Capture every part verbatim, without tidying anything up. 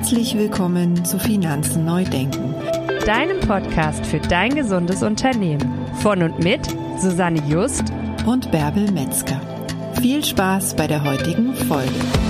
Herzlich willkommen zu Finanzen neu denken, deinem Podcast für dein gesundes Unternehmen. Von und mit Susanne Just und Bärbel Metzger. Viel Spaß bei der heutigen Folge.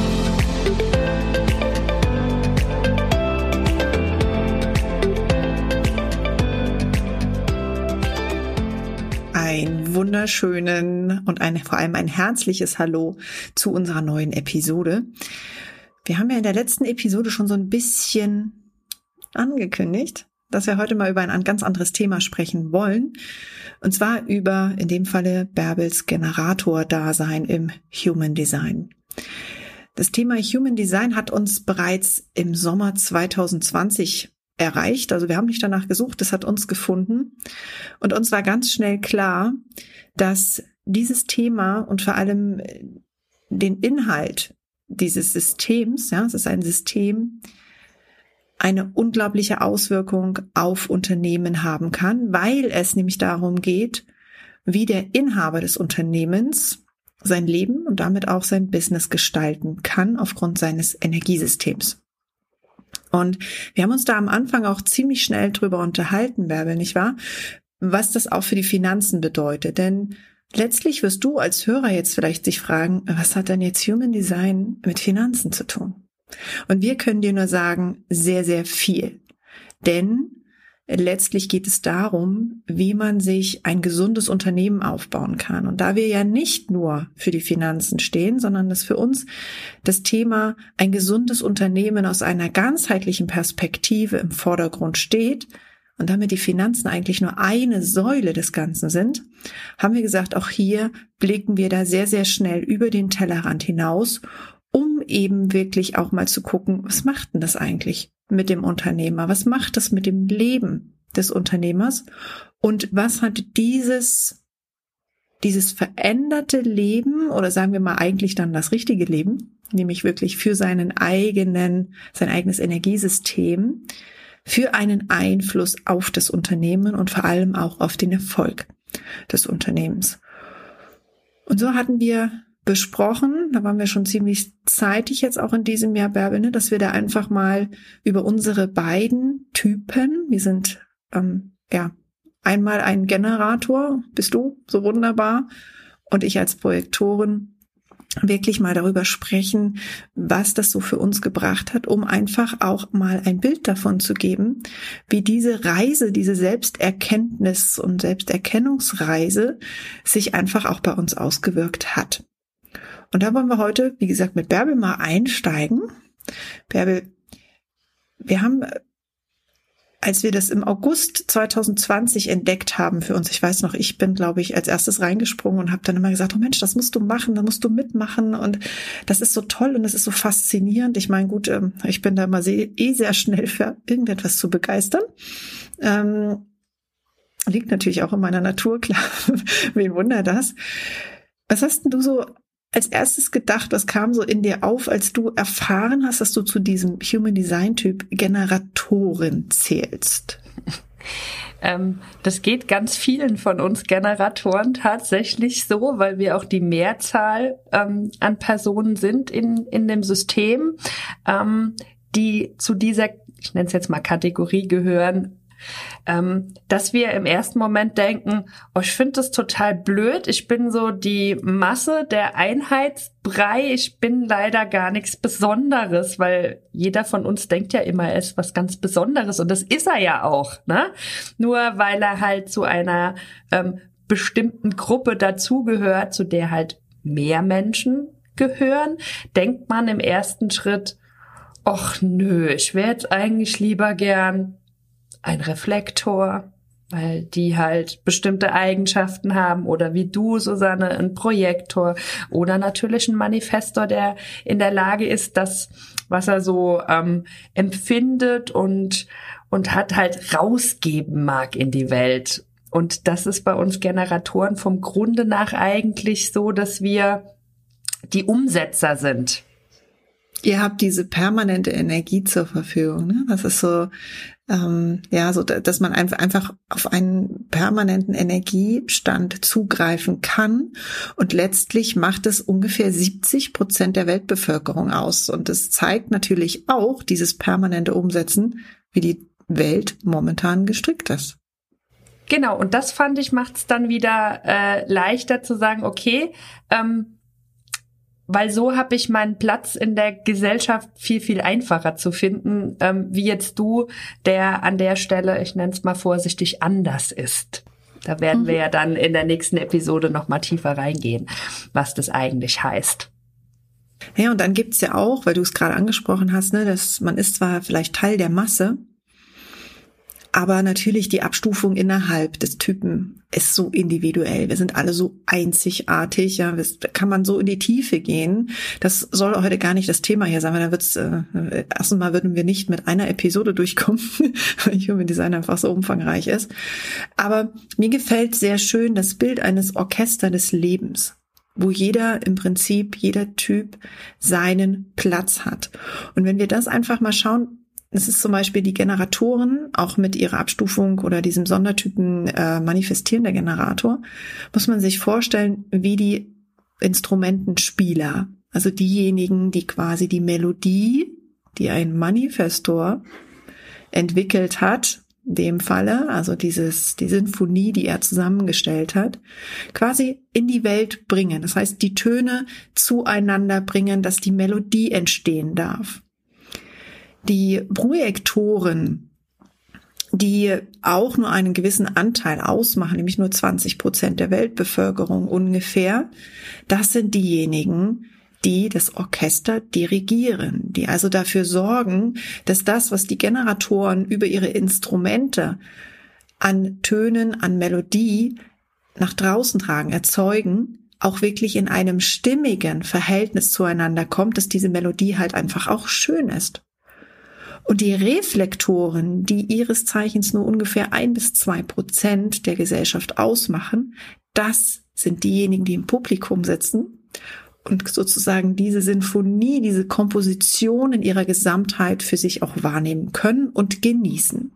Einen wunderschönen und ein, vor allem ein herzliches Hallo zu unserer neuen Episode. Wir haben ja in der letzten Episode schon so ein bisschen angekündigt, dass wir heute mal über ein ganz anderes Thema sprechen wollen. Und zwar über, in dem Falle, Bärbels Generator-Dasein im Human Design. Das Thema Human Design hat uns bereits im Sommer zwanzig zwanzig erreicht. Also wir haben nicht danach gesucht, es hat uns gefunden. Und uns war ganz schnell klar, dass dieses Thema und vor allem den Inhalt dieses Systems, ja, es ist ein System, eine unglaubliche Auswirkung auf Unternehmen haben kann, weil es nämlich darum geht, wie der Inhaber des Unternehmens sein Leben und damit auch sein Business gestalten kann aufgrund seines Energiesystems. Und wir haben uns da am Anfang auch ziemlich schnell drüber unterhalten, Bärbel, nicht wahr? Was das auch für die Finanzen bedeutet, denn letztlich wirst du als Hörer jetzt vielleicht sich fragen, was hat denn jetzt Human Design mit Finanzen zu tun? Und wir können dir nur sagen, sehr, sehr viel. Denn letztlich geht es darum, wie man sich ein gesundes Unternehmen aufbauen kann. Und da wir ja nicht nur für die Finanzen stehen, sondern dass für uns das Thema ein gesundes Unternehmen aus einer ganzheitlichen Perspektive im Vordergrund steht, und damit die Finanzen eigentlich nur eine Säule des Ganzen sind, haben wir gesagt, auch hier blicken wir da sehr, sehr schnell über den Tellerrand hinaus, um eben wirklich auch mal zu gucken, was macht denn das eigentlich mit dem Unternehmer? Was macht das mit dem Leben des Unternehmers? Und was hat dieses, dieses veränderte Leben, oder sagen wir mal eigentlich dann das richtige Leben, nämlich wirklich für seinen eigenen, sein eigenes Energiesystem, für einen Einfluss auf das Unternehmen und vor allem auch auf den Erfolg des Unternehmens. Und so hatten wir besprochen, da waren wir schon ziemlich zeitig jetzt auch in diesem Jahr, Bärbel, ne, dass wir da einfach mal über unsere beiden Typen, wir sind ähm, ja einmal ein Generator, bist du so wunderbar, und ich als Projektorin, wirklich mal darüber sprechen, was das so für uns gebracht hat, um einfach auch mal ein Bild davon zu geben, wie diese Reise, diese Selbsterkenntnis- und Selbsterkennungsreise sich einfach auch bei uns ausgewirkt hat. Und da wollen wir heute, wie gesagt, mit Bärbel mal einsteigen. Bärbel, wir haben, als wir das im August zwanzig zwanzig entdeckt haben für uns, ich weiß noch, ich bin, glaube ich, als erstes reingesprungen und habe dann immer gesagt, oh Mensch, das musst du machen, da musst du mitmachen und das ist so toll und das ist so faszinierend. Ich meine, gut, ich bin da immer sehr, eh sehr schnell für irgendetwas zu begeistern. Ähm, liegt natürlich auch in meiner Natur, klar, wen wundert das. Was hast denn du so als erstes gedacht, was kam so in dir auf, als du erfahren hast, dass du zu diesem Human Design Typ Generatorin zählst? Ähm, das geht ganz vielen von uns Generatoren tatsächlich so, weil wir auch die Mehrzahl ähm, an Personen sind in, in dem System, ähm, die zu dieser, ich nenne es jetzt mal Kategorie gehören, Ähm, dass wir im ersten Moment denken, oh, ich finde das total blöd, ich bin so die Masse, der Einheitsbrei, ich bin leider gar nichts Besonderes, weil jeder von uns denkt ja immer, er ist was ganz Besonderes und das ist er ja auch, ne? Nur weil er halt zu einer ähm, bestimmten Gruppe dazugehört, zu der halt mehr Menschen gehören, denkt man im ersten Schritt, ach nö, ich wäre jetzt eigentlich lieber gern ein Reflektor, weil die halt bestimmte Eigenschaften haben, oder wie du, Susanne, ein Projektor oder natürlich ein Manifestor, der in der Lage ist, das, was er so ähm, empfindet und und hat halt rausgeben mag in die Welt. Und das ist bei uns Generatoren vom Grunde nach eigentlich so, dass wir die Umsetzer sind. Ihr habt diese permanente Energie zur Verfügung, ne? Das ist so Ähm, ja, so dass man einfach einfach auf einen permanenten Energiestand zugreifen kann. Und letztlich macht es ungefähr siebzig Prozent der Weltbevölkerung aus. Und es zeigt natürlich auch dieses permanente Umsetzen, wie die Welt momentan gestrickt ist. Genau, und das fand ich, macht es dann wieder äh, leichter zu sagen, okay, ähm, weil so habe ich meinen Platz in der Gesellschaft viel, viel einfacher zu finden, ähm, wie jetzt du, der an der Stelle, ich nenne es mal vorsichtig, anders ist. Da werden mhm. wir ja dann in der nächsten Episode noch mal tiefer reingehen, was das eigentlich heißt. Ja, und dann gibt's ja auch, weil du es gerade angesprochen hast, ne, dass man ist zwar vielleicht Teil der Masse, aber natürlich die Abstufung innerhalb des Typen ist so individuell. Wir sind alle so einzigartig. Ja, da kann man so in die Tiefe gehen. Das soll heute gar nicht das Thema hier sein, weil da wird's äh, erstens mal würden wir nicht mit einer Episode durchkommen, weil Human Design einfach so umfangreich ist. Aber mir gefällt sehr schön das Bild eines Orchester des Lebens, wo jeder im Prinzip, jeder Typ seinen Platz hat. Und wenn wir das einfach mal schauen, das ist zum Beispiel die Generatoren, auch mit ihrer Abstufung oder diesem Sondertypen äh, manifestierender Generator, muss man sich vorstellen, wie die Instrumentenspieler, also diejenigen, die quasi die Melodie, die ein Manifestor entwickelt hat, in dem Falle, also dieses, die Sinfonie, die er zusammengestellt hat, quasi in die Welt bringen. Das heißt, die Töne zueinander bringen, dass die Melodie entstehen darf. Die Projektoren, die auch nur einen gewissen Anteil ausmachen, nämlich nur zwanzig Prozent der Weltbevölkerung ungefähr, das sind diejenigen, die das Orchester dirigieren, die also dafür sorgen, dass das, was die Generatoren über ihre Instrumente an Tönen, an Melodie nach draußen tragen, erzeugen, auch wirklich in einem stimmigen Verhältnis zueinander kommt, dass diese Melodie halt einfach auch schön ist. Und die Reflektoren, die ihres Zeichens nur ungefähr ein bis zwei Prozent der Gesellschaft ausmachen, das sind diejenigen, die im Publikum sitzen und sozusagen diese Sinfonie, diese Komposition in ihrer Gesamtheit für sich auch wahrnehmen können und genießen.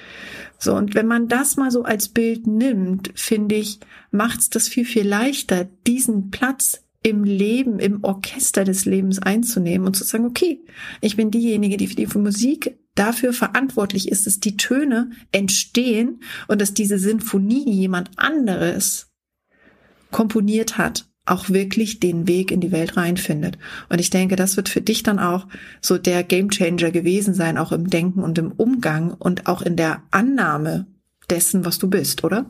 So, und wenn man das mal so als Bild nimmt, finde ich, macht es das viel, viel leichter, diesen Platz im Leben, im Orchester des Lebens einzunehmen und zu sagen, okay, ich bin diejenige, die für die Musik dafür verantwortlich ist, dass die Töne entstehen und dass diese Sinfonie, die jemand anderes komponiert hat, auch wirklich den Weg in die Welt reinfindet. Und ich denke, das wird für dich dann auch so der Gamechanger gewesen sein, auch im Denken und im Umgang und auch in der Annahme dessen, was du bist, oder?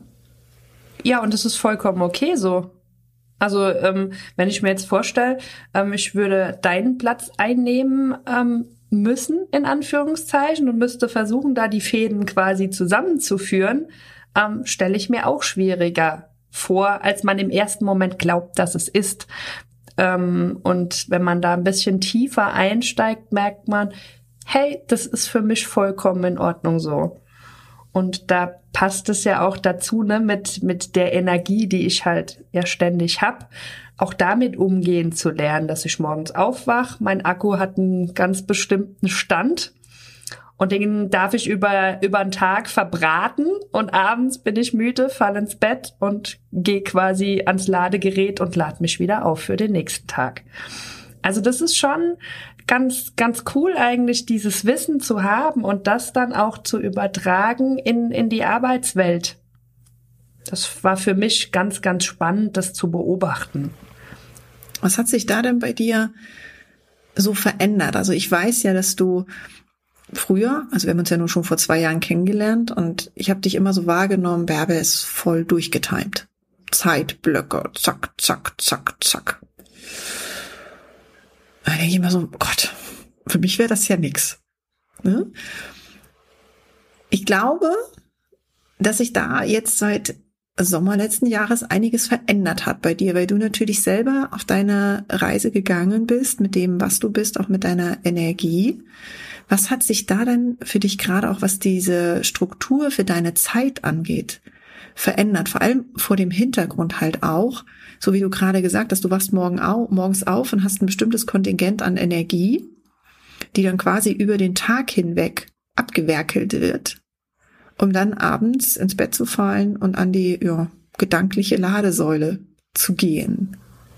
Ja, und das ist vollkommen okay so. Also ähm, wenn ich mir jetzt vorstelle, ähm, ich würde deinen Platz einnehmen ähm, müssen, in Anführungszeichen, und müsste versuchen, da die Fäden quasi zusammenzuführen, ähm, stelle ich mir auch schwieriger vor, als man im ersten Moment glaubt, dass es ist. Ähm, und wenn man da ein bisschen tiefer einsteigt, merkt man, hey, das ist für mich vollkommen in Ordnung so. Und da passt es ja auch dazu, ne, mit mit der Energie, die ich halt ja ständig hab, auch damit umgehen zu lernen, dass ich morgens aufwach. Mein Akku hat einen ganz bestimmten Stand und den darf ich über über den Tag verbraten und abends bin ich müde, falle ins Bett und gehe quasi ans Ladegerät und lade mich wieder auf für den nächsten Tag. Also das ist schon ganz, ganz cool eigentlich, dieses Wissen zu haben und das dann auch zu übertragen in, in die Arbeitswelt. Das war für mich ganz, ganz spannend, das zu beobachten. Was hat sich da denn bei dir so verändert? Also ich weiß ja, dass du früher, also wir haben uns ja nur schon vor zwei Jahren kennengelernt und ich habe dich immer so wahrgenommen, Bärbel ist voll durchgetimt. Zeitblöcke, zack, zack, zack, zack. Da denke ich immer so, Gott, für mich wäre das ja nix. Ne? Ich glaube, dass sich da jetzt seit Sommer letzten Jahres einiges verändert hat bei dir, weil du natürlich selber auf deine Reise gegangen bist, mit dem, was du bist, auch mit deiner Energie. Was hat sich da denn für dich gerade auch, was diese Struktur für deine Zeit angeht, verändert? Vor allem vor dem Hintergrund halt auch, so wie du gerade gesagt hast, du wachst morgen au- morgens auf und hast ein bestimmtes Kontingent an Energie, die dann quasi über den Tag hinweg abgewerkelt wird, um dann abends ins Bett zu fallen und an die ja, gedankliche Ladesäule zu gehen.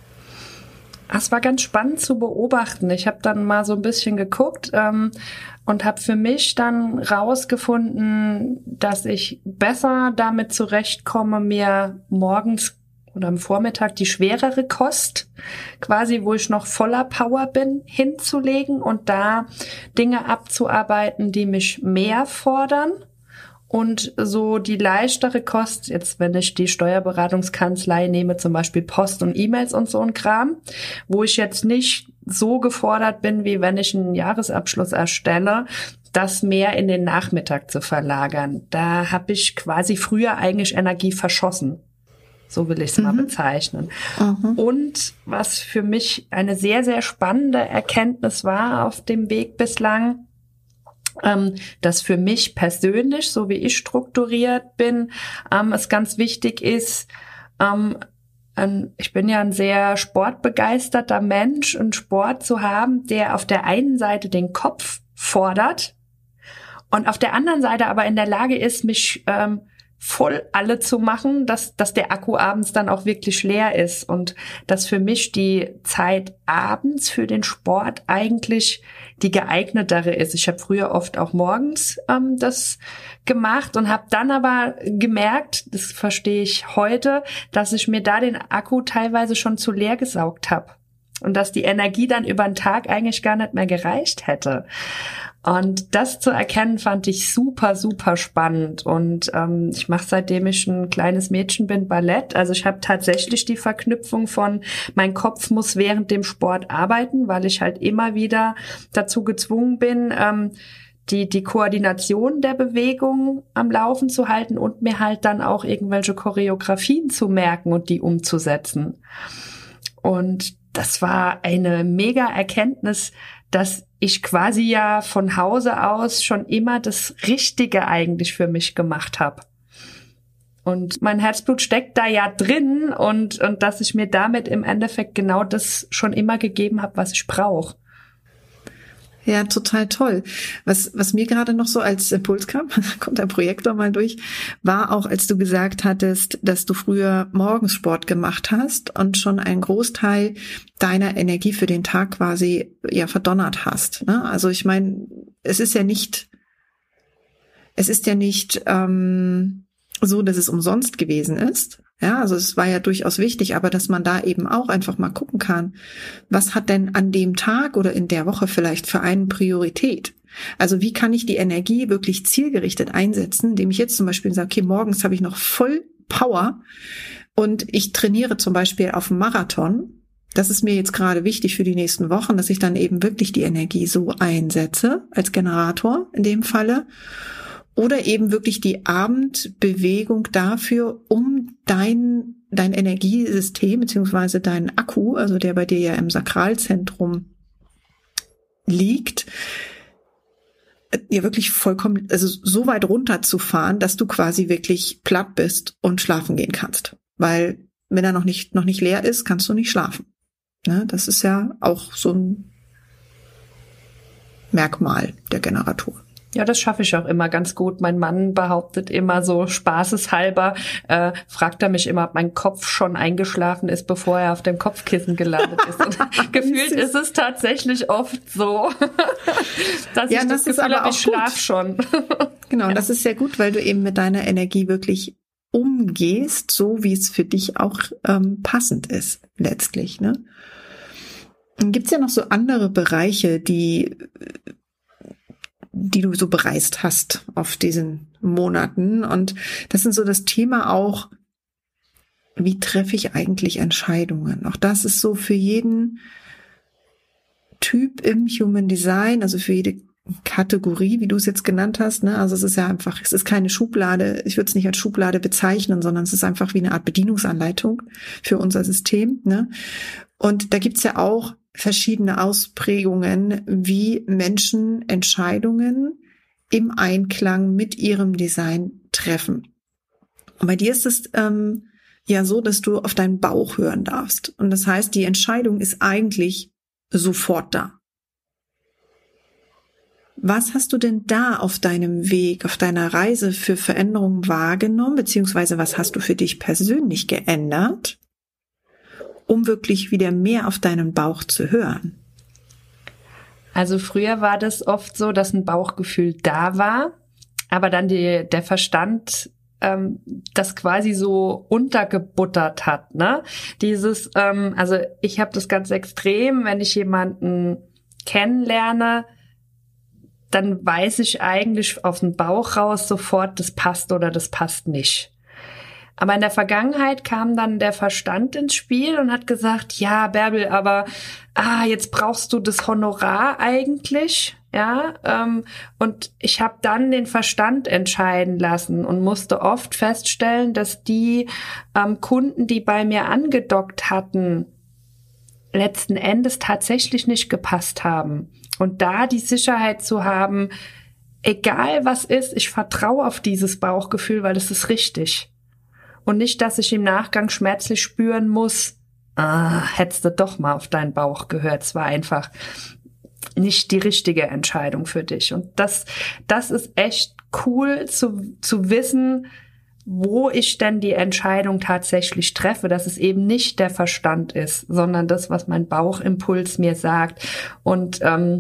Es war ganz spannend zu beobachten. Ich habe dann mal so ein bisschen geguckt ähm, und habe für mich dann rausgefunden, dass ich besser damit zurechtkomme, mir morgens oder am Vormittag die schwerere Kost, quasi wo ich noch voller Power bin, hinzulegen und da Dinge abzuarbeiten, die mich mehr fordern. Und so die leichtere Kost, jetzt wenn ich die Steuerberatungskanzlei nehme, zum Beispiel Post und E-Mails und so ein Kram, wo ich jetzt nicht so gefordert bin, wie wenn ich einen Jahresabschluss erstelle, das mehr in den Nachmittag zu verlagern. Da habe ich quasi früher eigentlich Energie verschossen. So will ich es mhm. mal bezeichnen. Mhm. Und was für mich eine sehr, sehr spannende Erkenntnis war auf dem Weg bislang, Ähm, dass für mich persönlich, so wie ich strukturiert bin, ähm, es ganz wichtig ist, ähm, ein, ich bin ja ein sehr sportbegeisterter Mensch, einen Sport zu haben, der auf der einen Seite den Kopf fordert und auf der anderen Seite aber in der Lage ist, mich ähm, voll alle zu machen, dass, dass der Akku abends dann auch wirklich leer ist und dass für mich die Zeit abends für den Sport eigentlich die geeignetere ist. Ich habe früher oft auch morgens ähm, das gemacht und habe dann aber gemerkt, das verstehe ich heute, dass ich mir da den Akku teilweise schon zu leer gesaugt habe und dass die Energie dann über den Tag eigentlich gar nicht mehr gereicht hätte. Und das zu erkennen, fand ich super, super spannend. Und ähm, ich mache, seitdem ich ein kleines Mädchen bin, Ballett. Also ich habe tatsächlich die Verknüpfung von, mein Kopf muss während dem Sport arbeiten, weil ich halt immer wieder dazu gezwungen bin, ähm, die die Koordination der Bewegung am Laufen zu halten und mir halt dann auch irgendwelche Choreografien zu merken und die umzusetzen. Und das war eine mega Erkenntnis, dass ich quasi ja von Hause aus schon immer das Richtige eigentlich für mich gemacht habe. Und mein Herzblut steckt da ja drin und, und dass ich mir damit im Endeffekt genau das schon immer gegeben habe, was ich brauche. Ja, total toll. Was, was mir gerade noch so als Impuls kam, kommt der Projektor mal durch, war auch, als du gesagt hattest, dass du früher morgens Sport gemacht hast und schon einen Großteil deiner Energie für den Tag quasi ja verdonnert hast. Ne? Also ich meine, es ist ja nicht, es ist ja nicht ähm, so, dass es umsonst gewesen ist. Ja, also es war ja durchaus wichtig, aber dass man da eben auch einfach mal gucken kann, was hat denn an dem Tag oder in der Woche vielleicht für einen Priorität? Also wie kann ich die Energie wirklich zielgerichtet einsetzen, indem ich jetzt zum Beispiel sage, okay, morgens habe ich noch voll Power und ich trainiere zum Beispiel auf dem Marathon. Das ist mir jetzt gerade wichtig für die nächsten Wochen, dass ich dann eben wirklich die Energie so einsetze, als Generator in dem Falle. Oder eben wirklich die Abendbewegung dafür, um dein, dein Energiesystem beziehungsweise deinen Akku, also der bei dir ja im Sakralzentrum liegt, ja wirklich vollkommen, also so weit runterzufahren, dass du quasi wirklich platt bist und schlafen gehen kannst. Weil wenn er noch nicht, noch nicht leer ist, kannst du nicht schlafen. Ne? Das ist ja auch so ein Merkmal der Generator. Ja, das schaffe ich auch immer ganz gut. Mein Mann behauptet immer so spaßeshalber, äh, fragt er mich immer, ob mein Kopf schon eingeschlafen ist, bevor er auf dem Kopfkissen gelandet ist. Und gefühlt ist es tatsächlich oft so, dass ja, ich das, das Gefühl habe, ich schlafe schon. Genau, ja. Und das ist sehr gut, weil du eben mit deiner Energie wirklich umgehst, so wie es für dich auch ähm, passend ist, letztlich. Ne? Dann gibt's ja noch so andere Bereiche, die die du so bereist hast auf diesen Monaten. Und das sind so das Thema auch, wie treffe ich eigentlich Entscheidungen? Auch das ist so für jeden Typ im Human Design, also für jede Kategorie, wie du es jetzt genannt hast. Ne? Also es ist ja einfach, es ist keine Schublade, ich würde es nicht als Schublade bezeichnen, sondern es ist einfach wie eine Art Bedienungsanleitung für unser System. Ne? Und da gibt's ja auch verschiedene Ausprägungen, wie Menschen Entscheidungen im Einklang mit ihrem Design treffen. Und bei dir ist es ähm, ja so, dass du auf deinen Bauch hören darfst. Und das heißt, die Entscheidung ist eigentlich sofort da. Was hast du denn da auf deinem Weg, auf deiner Reise für Veränderungen wahrgenommen, beziehungsweise was hast du für dich persönlich geändert, um wirklich wieder mehr auf deinen Bauch zu hören? Also früher war das oft so, dass ein Bauchgefühl da war, aber dann die, der Verstand ähm, das quasi so untergebuttert hat, ne? Dieses, ähm, also ich habe das ganz extrem, wenn ich jemanden kennenlerne, dann weiß ich eigentlich auf den Bauch raus sofort, das passt oder das passt nicht. Aber in der Vergangenheit kam dann der Verstand ins Spiel und hat gesagt, ja, Bärbel, aber ah, jetzt brauchst du das Honorar eigentlich, ja. Ähm, und ich habe dann den Verstand entscheiden lassen und musste oft feststellen, dass die ähm, Kunden, die bei mir angedockt hatten, letzten Endes tatsächlich nicht gepasst haben. Und da die Sicherheit zu haben, egal was ist, ich vertraue auf dieses Bauchgefühl, weil es ist richtig. Und nicht, dass ich im Nachgang schmerzlich spüren muss, ah, hättest du doch mal auf deinen Bauch gehört. Es war einfach nicht die richtige Entscheidung für dich. Und das, das ist echt cool zu, zu wissen, wo ich denn die Entscheidung tatsächlich treffe, dass es eben nicht der Verstand ist, sondern das, was mein Bauchimpuls mir sagt. Und ähm,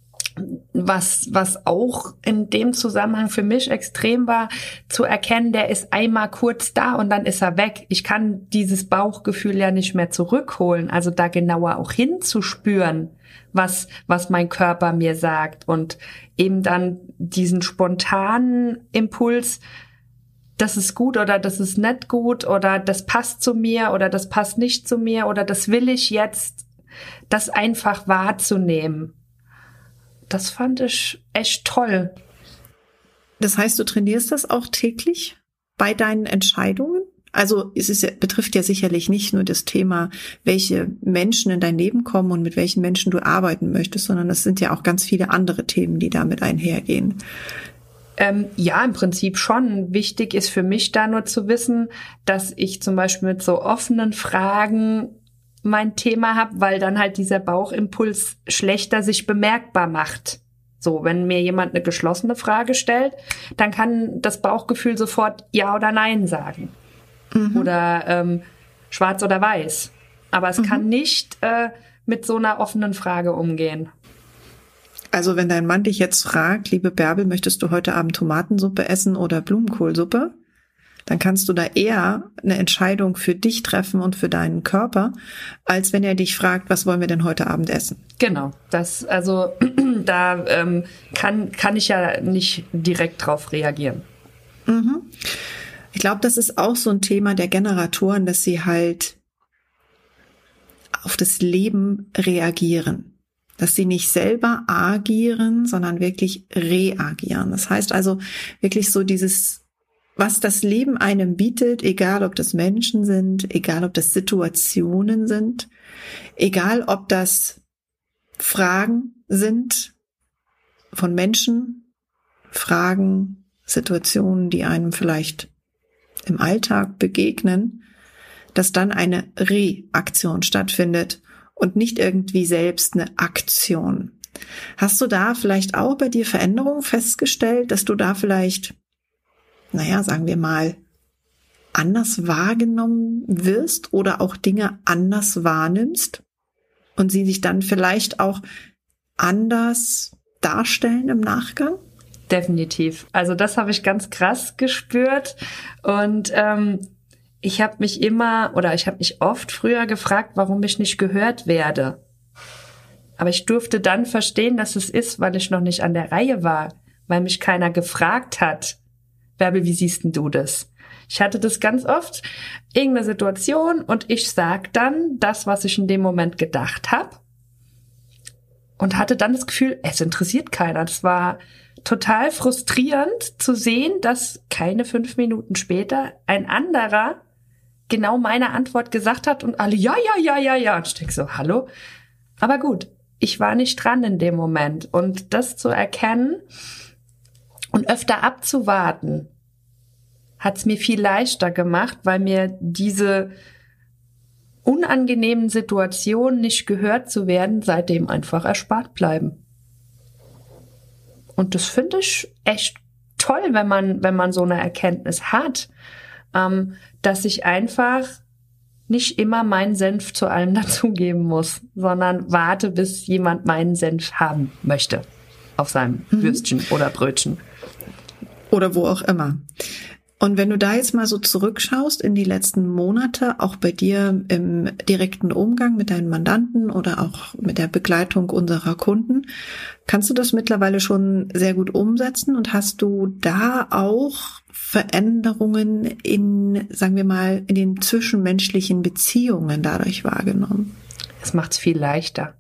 Was, was auch in dem Zusammenhang für mich extrem war, zu erkennen, der ist einmal kurz da und dann ist er weg. Ich kann dieses Bauchgefühl ja nicht mehr zurückholen. Also da genauer auch hinzuspüren, was, was mein Körper mir sagt und eben dann diesen spontanen Impuls, das ist gut oder das ist nicht gut oder das passt zu mir oder das passt nicht zu mir oder das will ich jetzt, das einfach wahrzunehmen. Das fand ich echt toll. Das heißt, du trainierst das auch täglich bei deinen Entscheidungen? Also es ist ja, betrifft ja sicherlich nicht nur das Thema, welche Menschen in dein Leben kommen und mit welchen Menschen du arbeiten möchtest, sondern es sind ja auch ganz viele andere Themen, die damit einhergehen. Ähm, ja, im Prinzip schon. Wichtig ist für mich da nur zu wissen, dass ich zum Beispiel mit so offenen Fragen mein Thema habe, weil dann halt dieser Bauchimpuls schlechter sich bemerkbar macht. So, wenn mir jemand eine geschlossene Frage stellt, dann kann das Bauchgefühl sofort Ja oder Nein sagen. Mhm. Oder ähm, schwarz oder weiß. Aber es mhm. kann nicht äh, mit so einer offenen Frage umgehen. Also wenn dein Mann dich jetzt fragt, liebe Bärbel, möchtest du heute Abend Tomatensuppe essen oder Blumenkohlsuppe? Dann kannst du da eher eine Entscheidung für dich treffen und für deinen Körper, als wenn er dich fragt, was wollen wir denn heute Abend essen? Genau, das also da ähm, kann kann ich ja nicht direkt drauf reagieren. Mhm. Ich glaube, das ist auch so ein Thema der Generatoren, dass sie halt auf das Leben reagieren. Dass sie nicht selber agieren, sondern wirklich reagieren. Das heißt also wirklich so dieses, was das Leben einem bietet, egal ob das Menschen sind, egal ob das Situationen sind, egal ob das Fragen sind von Menschen, Fragen, Situationen, die einem vielleicht im Alltag begegnen, dass dann eine Reaktion stattfindet und nicht irgendwie selbst eine Aktion. Hast du da vielleicht auch bei dir Veränderungen festgestellt, dass du da vielleicht, naja, sagen wir mal, anders wahrgenommen wirst oder auch Dinge anders wahrnimmst und sie sich dann vielleicht auch anders darstellen im Nachgang? Definitiv. Also das habe ich ganz krass gespürt und ähm, ich habe mich immer oder ich habe mich oft früher gefragt, warum ich nicht gehört werde. Aber ich durfte dann verstehen, dass es ist, weil ich noch nicht an der Reihe war, weil mich keiner gefragt hat. Bärbel, wie siehst denn du das? Ich hatte das ganz oft, irgendeine Situation und ich sag dann das, was ich in dem Moment gedacht habe und hatte dann das Gefühl, es interessiert keiner. Das war total frustrierend zu sehen, dass keine fünf Minuten später ein anderer genau meine Antwort gesagt hat und alle ja, ja, ja, ja, ja. Und ich denke so, hallo? Aber gut, ich war nicht dran in dem Moment. Und das zu erkennen und öfter abzuwarten, hat es mir viel leichter gemacht, weil mir diese unangenehmen Situationen, nicht gehört zu werden, seitdem einfach erspart bleiben. und das finde ich echt toll, wenn man, wenn man so eine Erkenntnis hat, ähm, dass ich einfach nicht immer meinen Senf zu allem dazugeben muss, sondern warte, bis jemand meinen Senf haben möchte auf seinem mhm. Würstchen oder Brötchen. Oder wo auch immer. Und wenn du da jetzt mal so zurückschaust in die letzten Monate, auch bei dir im direkten Umgang mit deinen Mandanten oder auch mit der Begleitung unserer Kunden, kannst du das mittlerweile schon sehr gut umsetzen und hast du da auch Veränderungen in, sagen wir mal, in den zwischenmenschlichen Beziehungen dadurch wahrgenommen? Es macht es viel leichter.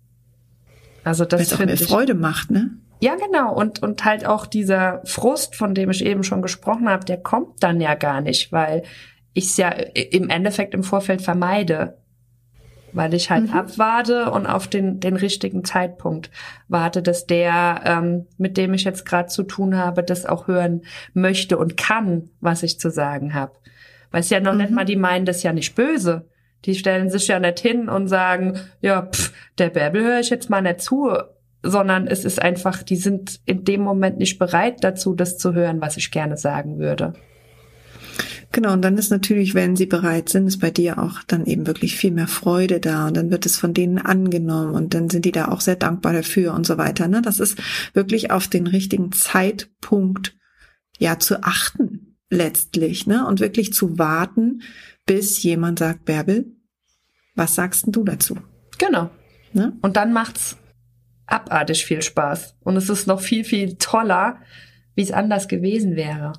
Also das Weil es auch mehr Freude macht, ne? Ja, genau. Und, und halt auch dieser Frust, von dem ich eben schon gesprochen habe, der kommt dann ja gar nicht, weil ich es ja im Endeffekt im Vorfeld vermeide. Weil ich halt mhm. abwarte und auf den, den richtigen Zeitpunkt warte, dass der, ähm, mit dem ich jetzt gerade zu tun habe, das auch hören möchte und kann, was ich zu sagen habe. Weil es ja noch mhm. nicht mal, die meinen das ja nicht böse. Die stellen sich ja nicht hin und sagen, ja, pff, der Bärbel höre ich jetzt mal nicht zu, sondern es ist einfach, die sind in dem Moment nicht bereit dazu, das zu hören, was ich gerne sagen würde. Genau, und dann ist natürlich, wenn sie bereit sind, ist bei dir auch dann eben wirklich viel mehr Freude da und dann wird es von denen angenommen und dann sind die da auch sehr dankbar dafür und so weiter. Ne? Das ist wirklich auf den richtigen Zeitpunkt ja zu achten letztlich, ne? Und wirklich zu warten, bis jemand sagt, Bärbel, was sagst denn du dazu? Genau. Ne? Und dann macht's abartig viel Spaß. Und es ist noch viel, viel toller, wie es anders gewesen wäre.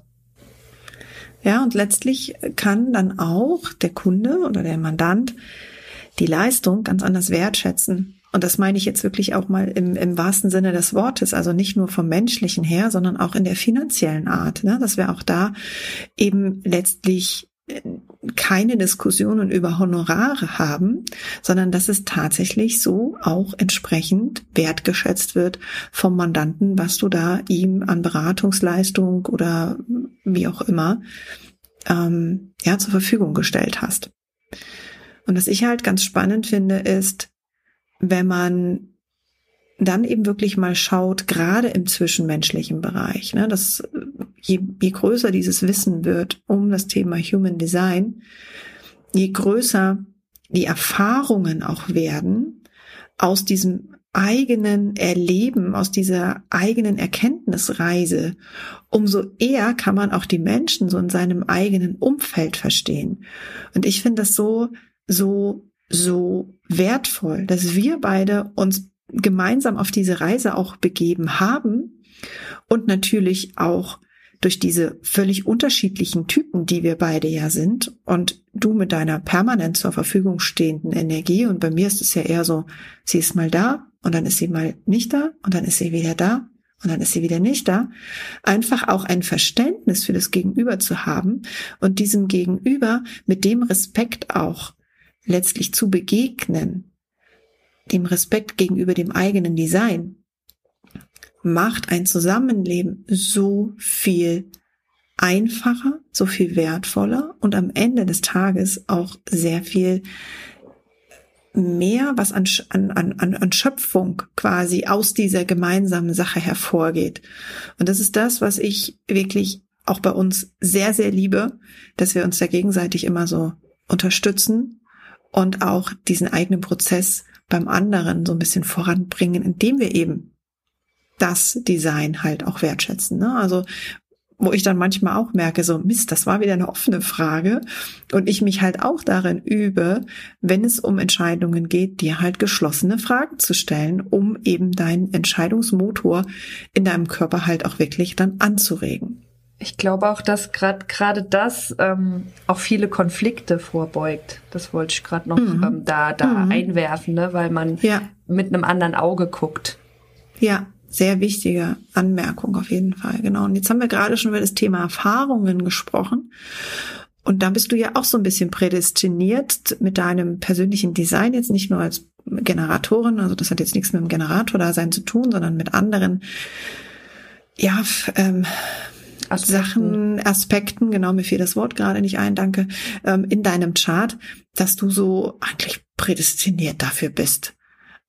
Ja, und letztlich kann dann auch der Kunde oder der Mandant die Leistung ganz anders wertschätzen. Und das meine ich jetzt wirklich auch mal im, im wahrsten Sinne des Wortes, also nicht nur vom menschlichen her, sondern auch in der finanziellen Art, ne? Dass wir auch da eben letztlich keine Diskussionen über Honorare haben, sondern dass es tatsächlich so auch entsprechend wertgeschätzt wird vom Mandanten, was du da ihm an Beratungsleistung oder wie auch immer ähm, ja zur Verfügung gestellt hast. Und was ich halt ganz spannend finde, ist, wenn man dann eben wirklich mal schaut, gerade im zwischenmenschlichen Bereich, ne, dass je, je größer dieses Wissen wird um das Thema Human Design, je größer die Erfahrungen auch werden aus diesem eigenen Erleben, aus dieser eigenen Erkenntnisreise, umso eher kann man auch die Menschen so in seinem eigenen Umfeld verstehen. Und ich finde das so, so, so wertvoll, dass wir beide uns gemeinsam auf diese Reise auch begeben haben und natürlich auch durch diese völlig unterschiedlichen Typen, die wir beide ja sind und du mit deiner permanent zur Verfügung stehenden Energie und bei mir ist es ja eher so, sie ist mal da und dann ist sie mal nicht da und dann ist sie wieder da und dann ist sie wieder nicht da, einfach auch ein Verständnis für das Gegenüber zu haben und diesem Gegenüber mit dem Respekt auch letztlich zu begegnen, dem Respekt gegenüber dem eigenen Design, macht ein Zusammenleben so viel einfacher, so viel wertvoller und am Ende des Tages auch sehr viel mehr, was an, an, an, an Schöpfung quasi aus dieser gemeinsamen Sache hervorgeht. Und das ist das, was ich wirklich auch bei uns sehr, sehr liebe, dass wir uns da gegenseitig immer so unterstützen und auch diesen eigenen Prozess beim anderen so ein bisschen voranbringen, indem wir eben das Design halt auch wertschätzen. Ne? Also wo ich dann manchmal auch merke, so Mist, das war wieder eine offene Frage und ich mich halt auch darin übe, wenn es um Entscheidungen geht, dir halt geschlossene Fragen zu stellen, um eben deinen Entscheidungsmotor in deinem Körper halt auch wirklich dann anzuregen. Ich glaube auch, dass gerade gerade das ähm, auch viele Konflikte vorbeugt. Das wollte ich gerade noch mhm. ähm, da da mhm. einwerfen, ne? Weil man ja. mit einem anderen Auge guckt. Ja, sehr wichtige Anmerkung auf jeden Fall, genau. Und jetzt haben wir gerade schon über das Thema Erfahrungen gesprochen. Und da bist du ja auch so ein bisschen prädestiniert mit deinem persönlichen Design, jetzt nicht nur als Generatorin, also das hat jetzt nichts mit dem Generator-Dasein zu tun, sondern mit anderen, ja, ähm, Aspekten. Sachen, Aspekten, genau, mir fiel das Wort gerade nicht ein, danke, ähm, in deinem Chart, dass du so eigentlich prädestiniert dafür bist.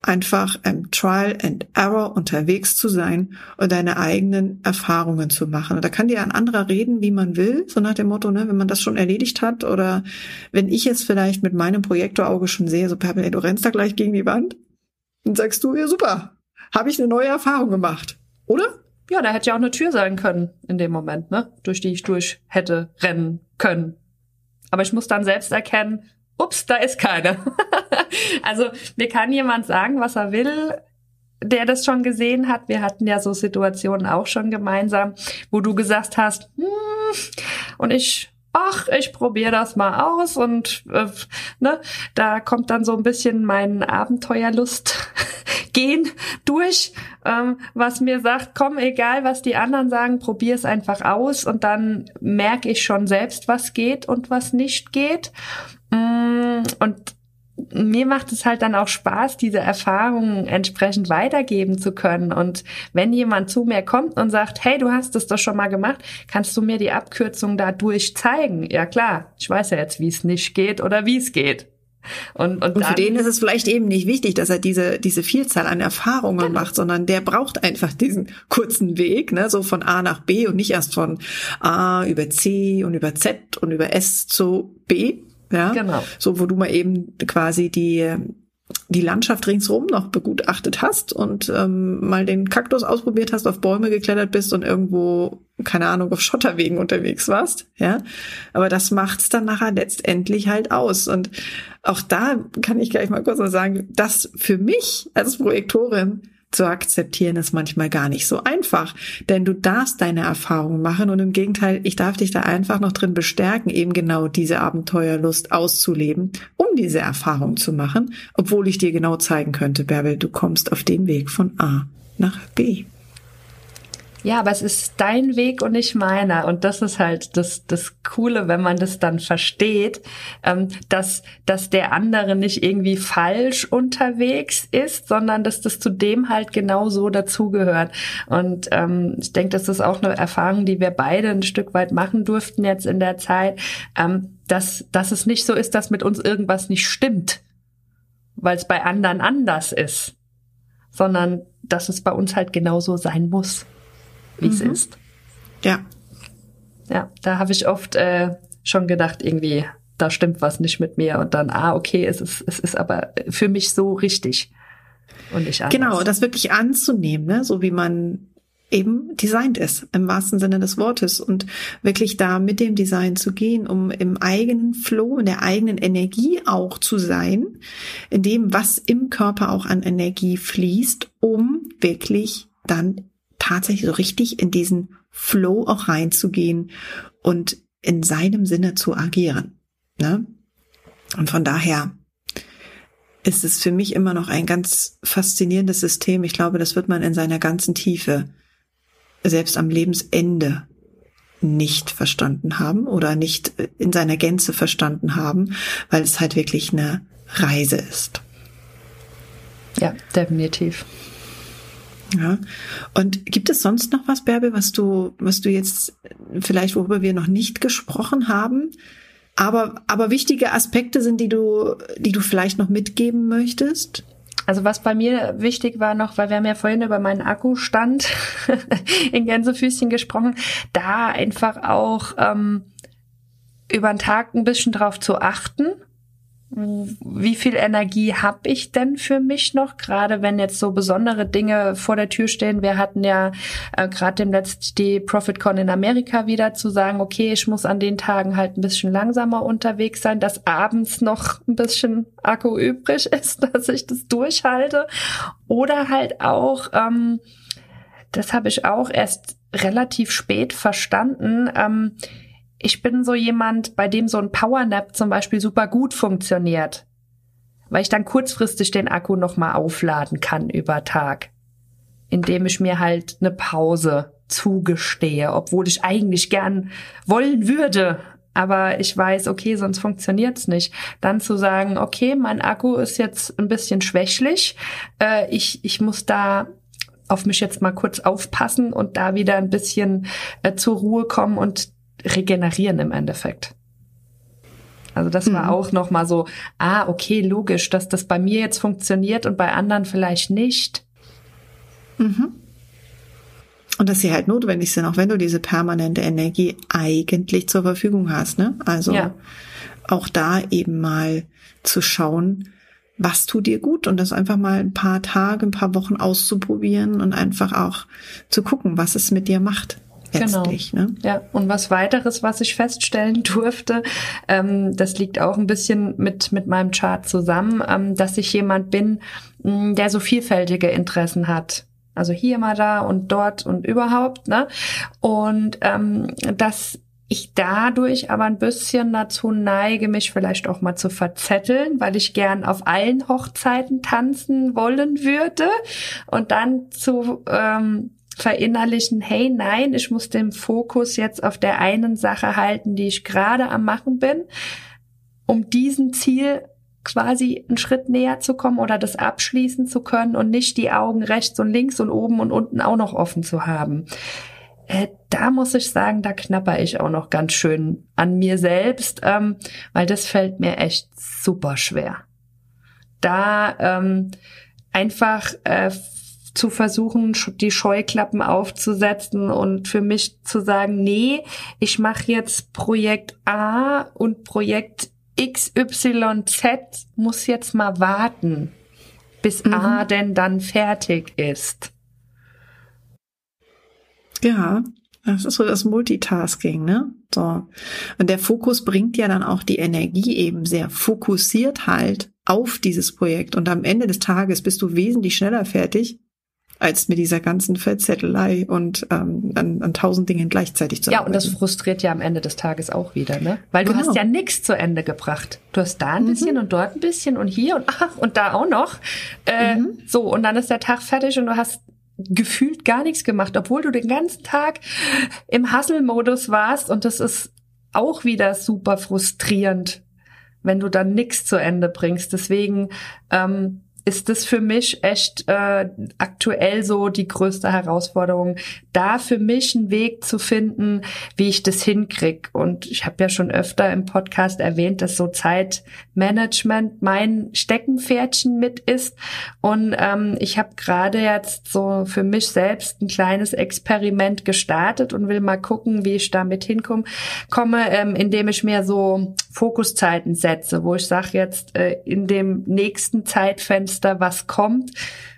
einfach im Trial and Error unterwegs zu sein und deine eigenen Erfahrungen zu machen. Und da kann dir ein anderer reden, wie man will, so nach dem Motto, ne, wenn man das schon erledigt hat oder wenn ich es vielleicht mit meinem Projektorauge schon sehe, so Pamela, du rennst da gleich gegen die Wand, dann sagst du, ja super, habe ich eine neue Erfahrung gemacht, oder? Ja, da hätte ja auch eine Tür sein können in dem Moment, ne, durch die ich durch hätte rennen können. Aber ich muss dann selbst erkennen, ups, da ist keine. Also mir kann jemand sagen, was er will, der das schon gesehen hat. Wir hatten ja so Situationen auch schon gemeinsam, wo du gesagt hast, hm, und ich, ach, ich probiere das mal aus und äh, ne, da kommt dann so ein bisschen mein Abenteuerlust gehen durch, ähm, was mir sagt, komm, egal was die anderen sagen, probier es einfach aus und dann merke ich schon selbst, was geht und was nicht geht. Und mir macht es halt dann auch Spaß, diese Erfahrungen entsprechend weitergeben zu können. Und wenn jemand zu mir kommt und sagt, hey, du hast das doch schon mal gemacht, kannst du mir die Abkürzung dadurch zeigen? Ja klar, ich weiß ja jetzt, wie es nicht geht oder wie es geht. Und, und, und für dann, den ist es vielleicht eben nicht wichtig, dass er diese diese Vielzahl an Erfahrungen genau. macht, sondern der braucht einfach diesen kurzen Weg, ne, so von A nach B und nicht erst von A über C und über Z und über S zu B. Ja, genau. So, wo du mal eben quasi die die Landschaft ringsherum noch begutachtet hast und ähm, mal den Kaktus ausprobiert hast, auf Bäume geklettert bist und irgendwo, keine Ahnung, auf Schotterwegen unterwegs warst. Ja, aber das macht's dann nachher letztendlich halt aus. Und auch da kann ich gleich mal kurz mal sagen, das für mich als Projektorin zu akzeptieren ist manchmal gar nicht so einfach, denn du darfst deine Erfahrungen machen und im Gegenteil, ich darf dich da einfach noch drin bestärken, eben genau diese Abenteuerlust auszuleben, um diese Erfahrung zu machen, obwohl ich dir genau zeigen könnte, Bärbel, du kommst auf dem Weg von A nach B. Ja, aber es ist dein Weg und nicht meiner. Und das ist halt das, das Coole, wenn man das dann versteht, ähm, dass, dass der andere nicht irgendwie falsch unterwegs ist, sondern dass das zu dem halt genauso dazugehört. Und ähm, ich denke, das ist auch eine Erfahrung, die wir beide ein Stück weit machen durften jetzt in der Zeit, ähm, dass, dass es nicht so ist, dass mit uns irgendwas nicht stimmt, weil es bei anderen anders ist, sondern dass es bei uns halt genauso sein muss, wie es mhm. ist. Ja. Ja, da habe ich oft äh, schon gedacht, irgendwie, da stimmt was nicht mit mir. Und dann, ah, okay, es ist, es ist aber für mich so richtig und nicht anders. Genau, das wirklich anzunehmen, ne? So wie man eben designt ist, im wahrsten Sinne des Wortes. Und wirklich da mit dem Design zu gehen, um im eigenen Flow, in der eigenen Energie auch zu sein, in dem, was im Körper auch an Energie fließt, um wirklich dann tatsächlich so richtig in diesen Flow auch reinzugehen und in seinem Sinne zu agieren. Ne? Und von daher ist es für mich immer noch ein ganz faszinierendes System. Ich glaube, das wird man in seiner ganzen Tiefe selbst am Lebensende nicht verstanden haben oder nicht in seiner Gänze verstanden haben, weil es halt wirklich eine Reise ist. Ja, definitiv. Ja. Und gibt es sonst noch was, Bärbel, was du, was du jetzt vielleicht, worüber wir noch nicht gesprochen haben, aber, aber wichtige Aspekte sind, die du, die du vielleicht noch mitgeben möchtest? Also was bei mir wichtig war noch, weil wir haben ja vorhin über meinen Akkustand in Gänsefüßchen gesprochen, da einfach auch ähm, über den Tag ein bisschen drauf zu achten. Wie viel Energie habe ich denn für mich noch, gerade wenn jetzt so besondere Dinge vor der Tür stehen? Wir hatten ja äh, gerade demnächst die ProfitCon in Amerika wieder, zu sagen, okay, ich muss an den Tagen halt ein bisschen langsamer unterwegs sein, dass abends noch ein bisschen Akku übrig ist, dass ich das durchhalte. Oder halt auch, ähm, das habe ich auch erst relativ spät verstanden, ähm, ich bin so jemand, bei dem so ein Powernap zum Beispiel super gut funktioniert, weil ich dann kurzfristig den Akku nochmal aufladen kann über Tag, indem ich mir halt eine Pause zugestehe, obwohl ich eigentlich gern wollen würde, aber ich weiß, okay, sonst funktioniert's nicht. Dann zu sagen, okay, mein Akku ist jetzt ein bisschen schwächlich, äh, ich ich muss da auf mich jetzt mal kurz aufpassen und da wieder ein bisschen äh, zur Ruhe kommen und regenerieren im Endeffekt. Also das war mhm. auch nochmal so, ah, okay, logisch, dass das bei mir jetzt funktioniert und bei anderen vielleicht nicht. Mhm. Und dass sie halt notwendig sind, auch wenn du diese permanente Energie eigentlich zur Verfügung hast, ne? Also ja. auch da eben mal zu schauen, was tut dir gut und das einfach mal ein paar Tage, ein paar Wochen auszuprobieren und einfach auch zu gucken, was es mit dir macht. Letztlich, genau. Ne? Ja, und was weiteres, was ich feststellen durfte, ähm, das liegt auch ein bisschen mit mit meinem Chart zusammen, ähm, dass ich jemand bin, mh, der so vielfältige Interessen hat. Also hier mal da und dort und überhaupt, ne? Und ähm, dass ich dadurch aber ein bisschen dazu neige, mich vielleicht auch mal zu verzetteln, weil ich gern auf allen Hochzeiten tanzen wollen würde und dann zu ähm, verinnerlichen, hey, nein, ich muss den Fokus jetzt auf der einen Sache halten, die ich gerade am machen bin, um diesem Ziel quasi einen Schritt näher zu kommen oder das abschließen zu können und nicht die Augen rechts und links und oben und unten auch noch offen zu haben. Äh, da muss ich sagen, da knapper ich auch noch ganz schön an mir selbst, ähm, weil das fällt mir echt super schwer. Da ähm, einfach äh, zu versuchen, die Scheuklappen aufzusetzen und für mich zu sagen, nee, ich mache jetzt Projekt A und Projekt X Y Z muss jetzt mal warten, bis mhm. A denn dann fertig ist. Ja, das ist so das Multitasking, ne? So. Und der Fokus bringt ja dann auch die Energie eben sehr fokussiert halt auf dieses Projekt. Und am Ende des Tages bist du wesentlich schneller fertig, als mit dieser ganzen Verzettelei und ähm, an, an tausend Dingen gleichzeitig zu ja, arbeiten. Ja, und das frustriert ja am Ende des Tages auch wieder, ne? Weil du genau. hast ja nichts zu Ende gebracht. Du hast da ein bisschen mhm. und dort ein bisschen und hier und ach und da auch noch. Äh, mhm. So, und dann ist der Tag fertig und du hast gefühlt gar nichts gemacht, obwohl du den ganzen Tag im Hustle-Modus warst, und das ist auch wieder super frustrierend, wenn du dann nichts zu Ende bringst. Deswegen ähm, ist das für mich echt äh, aktuell so die größte Herausforderung, da für mich einen Weg zu finden, wie ich das hinkriege. Und ich habe ja schon öfter im Podcast erwähnt, dass so Zeitmanagement mein Steckenpferdchen mit ist. Und ähm, ich habe gerade jetzt so für mich selbst ein kleines Experiment gestartet und will mal gucken, wie ich damit hinkomme, komme, ähm, indem ich mir so Fokuszeiten setze, wo ich sage jetzt äh, in dem nächsten Zeitfenster, was kommt,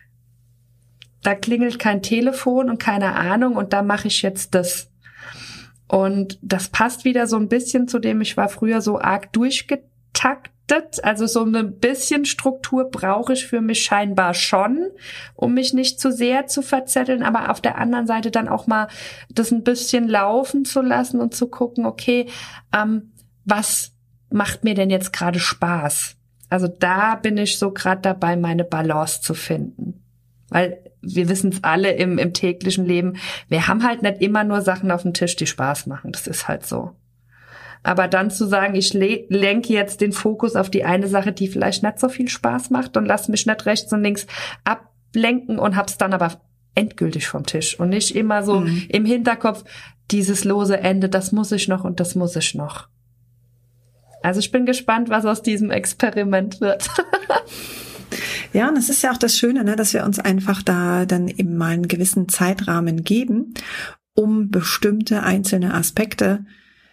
da klingelt kein Telefon und keine Ahnung und da mache ich jetzt das. Und das passt wieder so ein bisschen zu dem, ich war früher so arg durchgetaktet, also so ein bisschen Struktur brauche ich für mich scheinbar schon, um mich nicht zu sehr zu verzetteln, aber auf der anderen Seite dann auch mal das ein bisschen laufen zu lassen und zu gucken, okay, ähm, was macht mir denn jetzt gerade Spaß? Also da bin ich so gerade dabei, meine Balance zu finden. Weil wir wissen es alle im, im täglichen Leben, wir haben halt nicht immer nur Sachen auf dem Tisch, die Spaß machen. Das ist halt so. Aber dann zu sagen, ich le- lenke jetzt den Fokus auf die eine Sache, die vielleicht nicht so viel Spaß macht und lass mich nicht rechts und links ablenken und hab's dann aber endgültig vom Tisch. Und nicht immer so mhm. im Hinterkopf, dieses lose Ende, das muss ich noch und das muss ich noch. Also ich bin gespannt, was aus diesem Experiment wird. Ja, und es ist ja auch das Schöne, ne, dass wir uns einfach da dann eben mal einen gewissen Zeitrahmen geben, um bestimmte einzelne Aspekte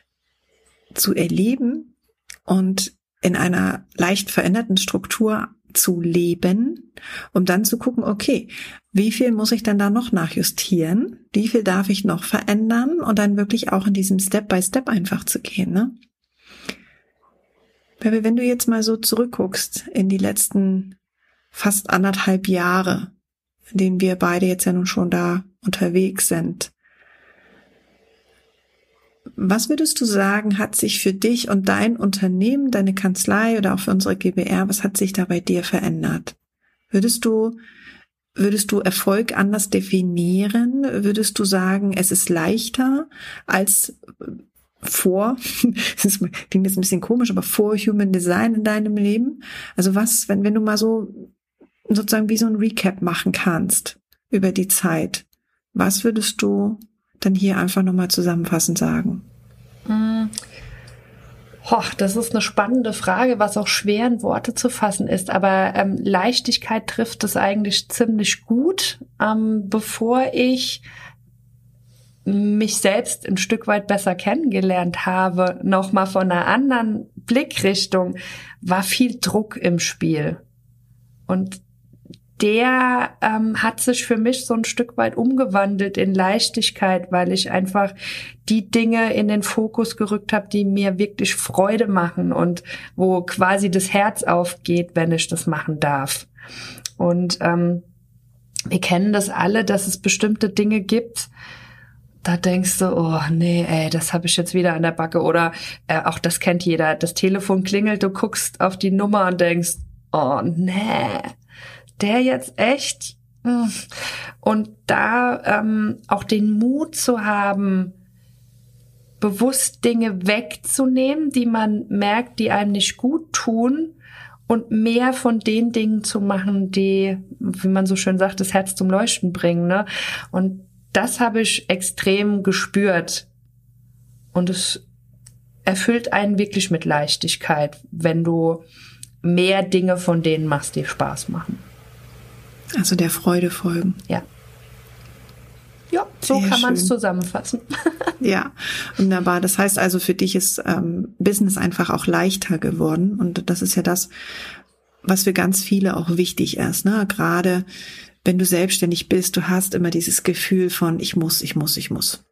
zu erleben und in einer leicht veränderten Struktur zu leben, um dann zu gucken, okay, wie viel muss ich denn da noch nachjustieren? Wie viel darf ich noch verändern? Und dann wirklich auch in diesem Step-by-Step einfach zu gehen, ne? Weil wenn du jetzt mal so zurückguckst in die letzten fast anderthalb Jahre, in denen wir beide jetzt ja nun schon da unterwegs sind, was würdest du sagen, hat sich für dich und dein Unternehmen, deine Kanzlei oder auch für unsere G b R, was hat sich da bei dir verändert? Würdest du, würdest du Erfolg anders definieren? Würdest du sagen, es ist leichter als vor, das klingt jetzt ein bisschen komisch, aber vor Human Design in deinem Leben? Also was, wenn, wenn du mal so sozusagen wie so ein Recap machen kannst über die Zeit, was würdest du dann hier einfach nochmal zusammenfassend sagen? Oh, das ist eine spannende Frage, was auch schwer in Worte zu fassen ist. Aber ähm, Leichtigkeit trifft es eigentlich ziemlich gut. Ähm, bevor ich mich selbst ein Stück weit besser kennengelernt habe, nochmal von einer anderen Blickrichtung, war viel Druck im Spiel. Und der ähm, hat sich für mich so ein Stück weit umgewandelt in Leichtigkeit, weil ich einfach die Dinge in den Fokus gerückt habe, die mir wirklich Freude machen und wo quasi das Herz aufgeht, wenn ich das machen darf. Und ähm, wir kennen das alle, dass es bestimmte Dinge gibt, da denkst du, oh nee, ey, das habe ich jetzt wieder an der Backe. Oder äh, auch das kennt jeder, das Telefon klingelt, du guckst auf die Nummer und denkst, oh nee, der jetzt echt? Und da ähm, auch den Mut zu haben, bewusst Dinge wegzunehmen, die man merkt, die einem nicht gut tun, und mehr von den Dingen zu machen, die, wie man so schön sagt, das Herz zum Leuchten bringen, ne? Und das habe ich extrem gespürt. Und es erfüllt einen wirklich mit Leichtigkeit, wenn du mehr Dinge von denen machst, die Spaß machen. Also der Freude folgen. Ja. Ja, so Sehr kann man es schön. zusammenfassen. Ja, wunderbar. Das heißt also, für dich ist ähm, Business einfach auch leichter geworden. Und das ist ja das, was für ganz viele auch wichtig ist, ne? Gerade wenn du selbstständig bist, du hast immer dieses Gefühl von ich muss, ich muss, ich muss.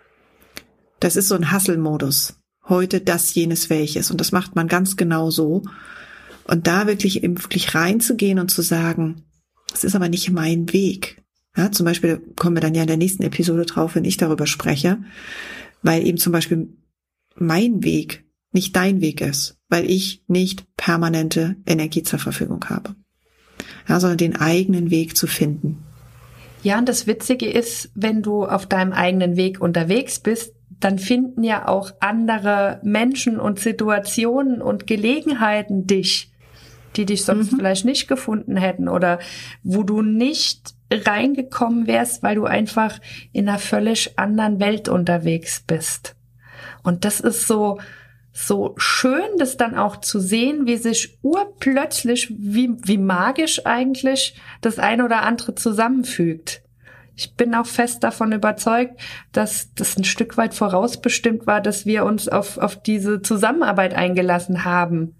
Das ist so ein Hustle-Modus. Heute das, jenes, welches. Und das macht man ganz genau so. Und da wirklich eben wirklich reinzugehen und zu sagen, das ist aber nicht mein Weg. Ja, zum Beispiel, da kommen wir dann ja in der nächsten Episode drauf, wenn ich darüber spreche, weil eben zum Beispiel mein Weg nicht dein Weg ist, weil ich nicht permanente Energie zur Verfügung habe. Ja, sondern den eigenen Weg zu finden. Ja, und das Witzige ist, wenn du auf deinem eigenen Weg unterwegs bist, dann finden ja auch andere Menschen und Situationen und Gelegenheiten dich, die dich sonst mhm. vielleicht nicht gefunden hätten oder wo du nicht reingekommen wärst, weil du einfach in einer völlig anderen Welt unterwegs bist. Und das ist so so schön, das dann auch zu sehen, wie sich urplötzlich, wie, wie magisch eigentlich das eine oder andere zusammenfügt. Ich bin auch fest davon überzeugt, dass das ein Stück weit vorausbestimmt war, dass wir uns auf, auf diese Zusammenarbeit eingelassen haben.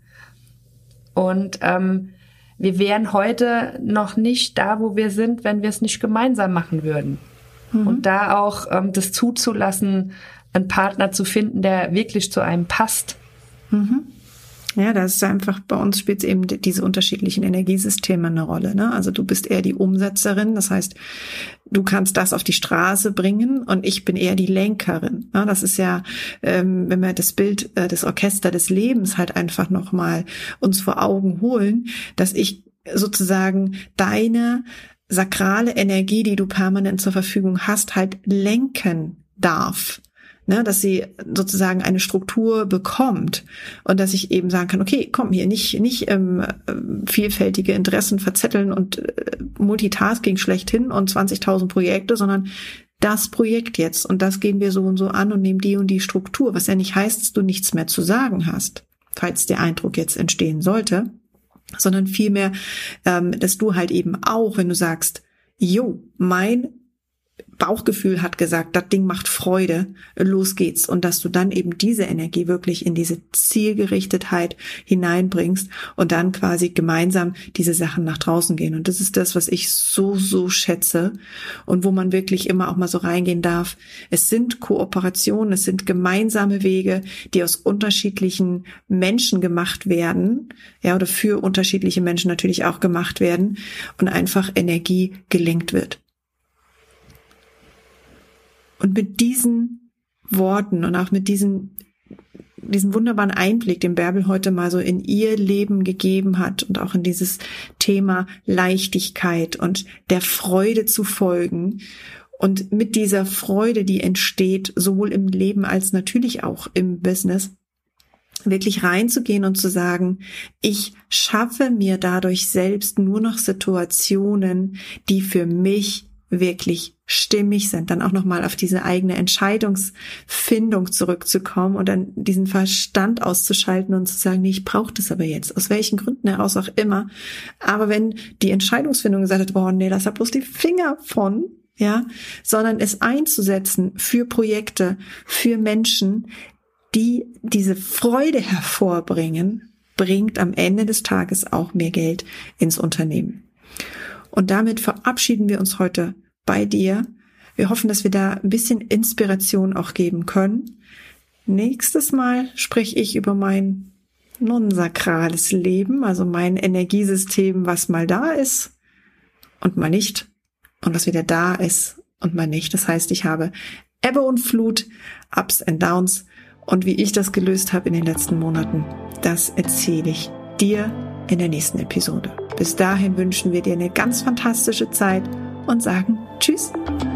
Und ähm, wir wären heute noch nicht da, wo wir sind, wenn wir es nicht gemeinsam machen würden. Mhm. Und da auch ähm, das zuzulassen, einen Partner zu finden, der wirklich zu einem passt. Mhm. Ja, das ist einfach, bei uns spielt eben diese unterschiedlichen Energiesysteme eine Rolle, ne? Also du bist eher die Umsetzerin, das heißt, du kannst das auf die Straße bringen und ich bin eher die Lenkerin. Ne? Das ist ja, ähm, wenn wir das Bild, äh, das Orchester des Lebens halt einfach nochmal uns vor Augen holen, dass ich sozusagen deine sakrale Energie, die du permanent zur Verfügung hast, halt lenken darf. Ne, dass sie sozusagen eine Struktur bekommt und dass ich eben sagen kann, okay, komm hier, nicht nicht ähm, vielfältige Interessen verzetteln und äh, Multitasking schlechthin und zwanzigtausend Projekte, sondern das Projekt jetzt und das gehen wir so und so an und nehmen die und die Struktur, was ja nicht heißt, dass du nichts mehr zu sagen hast, falls der Eindruck jetzt entstehen sollte, sondern vielmehr, ähm, dass du halt eben auch, wenn du sagst, jo, mein Bauchgefühl hat gesagt, das Ding macht Freude, los geht's. Und dass du dann eben diese Energie wirklich in diese Zielgerichtetheit hineinbringst und dann quasi gemeinsam diese Sachen nach draußen gehen. Und das ist das, was ich so, so schätze und wo man wirklich immer auch mal so reingehen darf. Es sind Kooperationen, es sind gemeinsame Wege, die aus unterschiedlichen Menschen gemacht werden, ja, oder für unterschiedliche Menschen natürlich auch gemacht werden und einfach Energie gelenkt wird. Und mit diesen Worten und auch mit diesem, diesem wunderbaren Einblick, den Bärbel heute mal so in ihr Leben gegeben hat und auch in dieses Thema Leichtigkeit und der Freude zu folgen und mit dieser Freude, die entsteht, sowohl im Leben als natürlich auch im Business, wirklich reinzugehen und zu sagen, ich schaffe mir dadurch selbst nur noch Situationen, die für mich wirklich stimmig sind, dann auch nochmal auf diese eigene Entscheidungsfindung zurückzukommen und dann diesen Verstand auszuschalten und zu sagen, nee, ich brauche das aber jetzt, aus welchen Gründen heraus auch immer. Aber wenn die Entscheidungsfindung gesagt hat, boah, nee, lass da bloß die Finger von, ja, sondern es einzusetzen für Projekte, für Menschen, die diese Freude hervorbringen, bringt am Ende des Tages auch mehr Geld ins Unternehmen. Und damit verabschieden wir uns heute bei dir. Wir hoffen, dass wir da ein bisschen Inspiration auch geben können. Nächstes Mal spreche ich über mein non-sakrales Leben, also mein Energiesystem, was mal da ist und mal nicht und was wieder da ist und mal nicht. Das heißt, ich habe Ebbe und Flut, Ups and Downs und wie ich das gelöst habe in den letzten Monaten, das erzähle ich dir in der nächsten Episode. Bis dahin wünschen wir dir eine ganz fantastische Zeit und sagen Tschüss.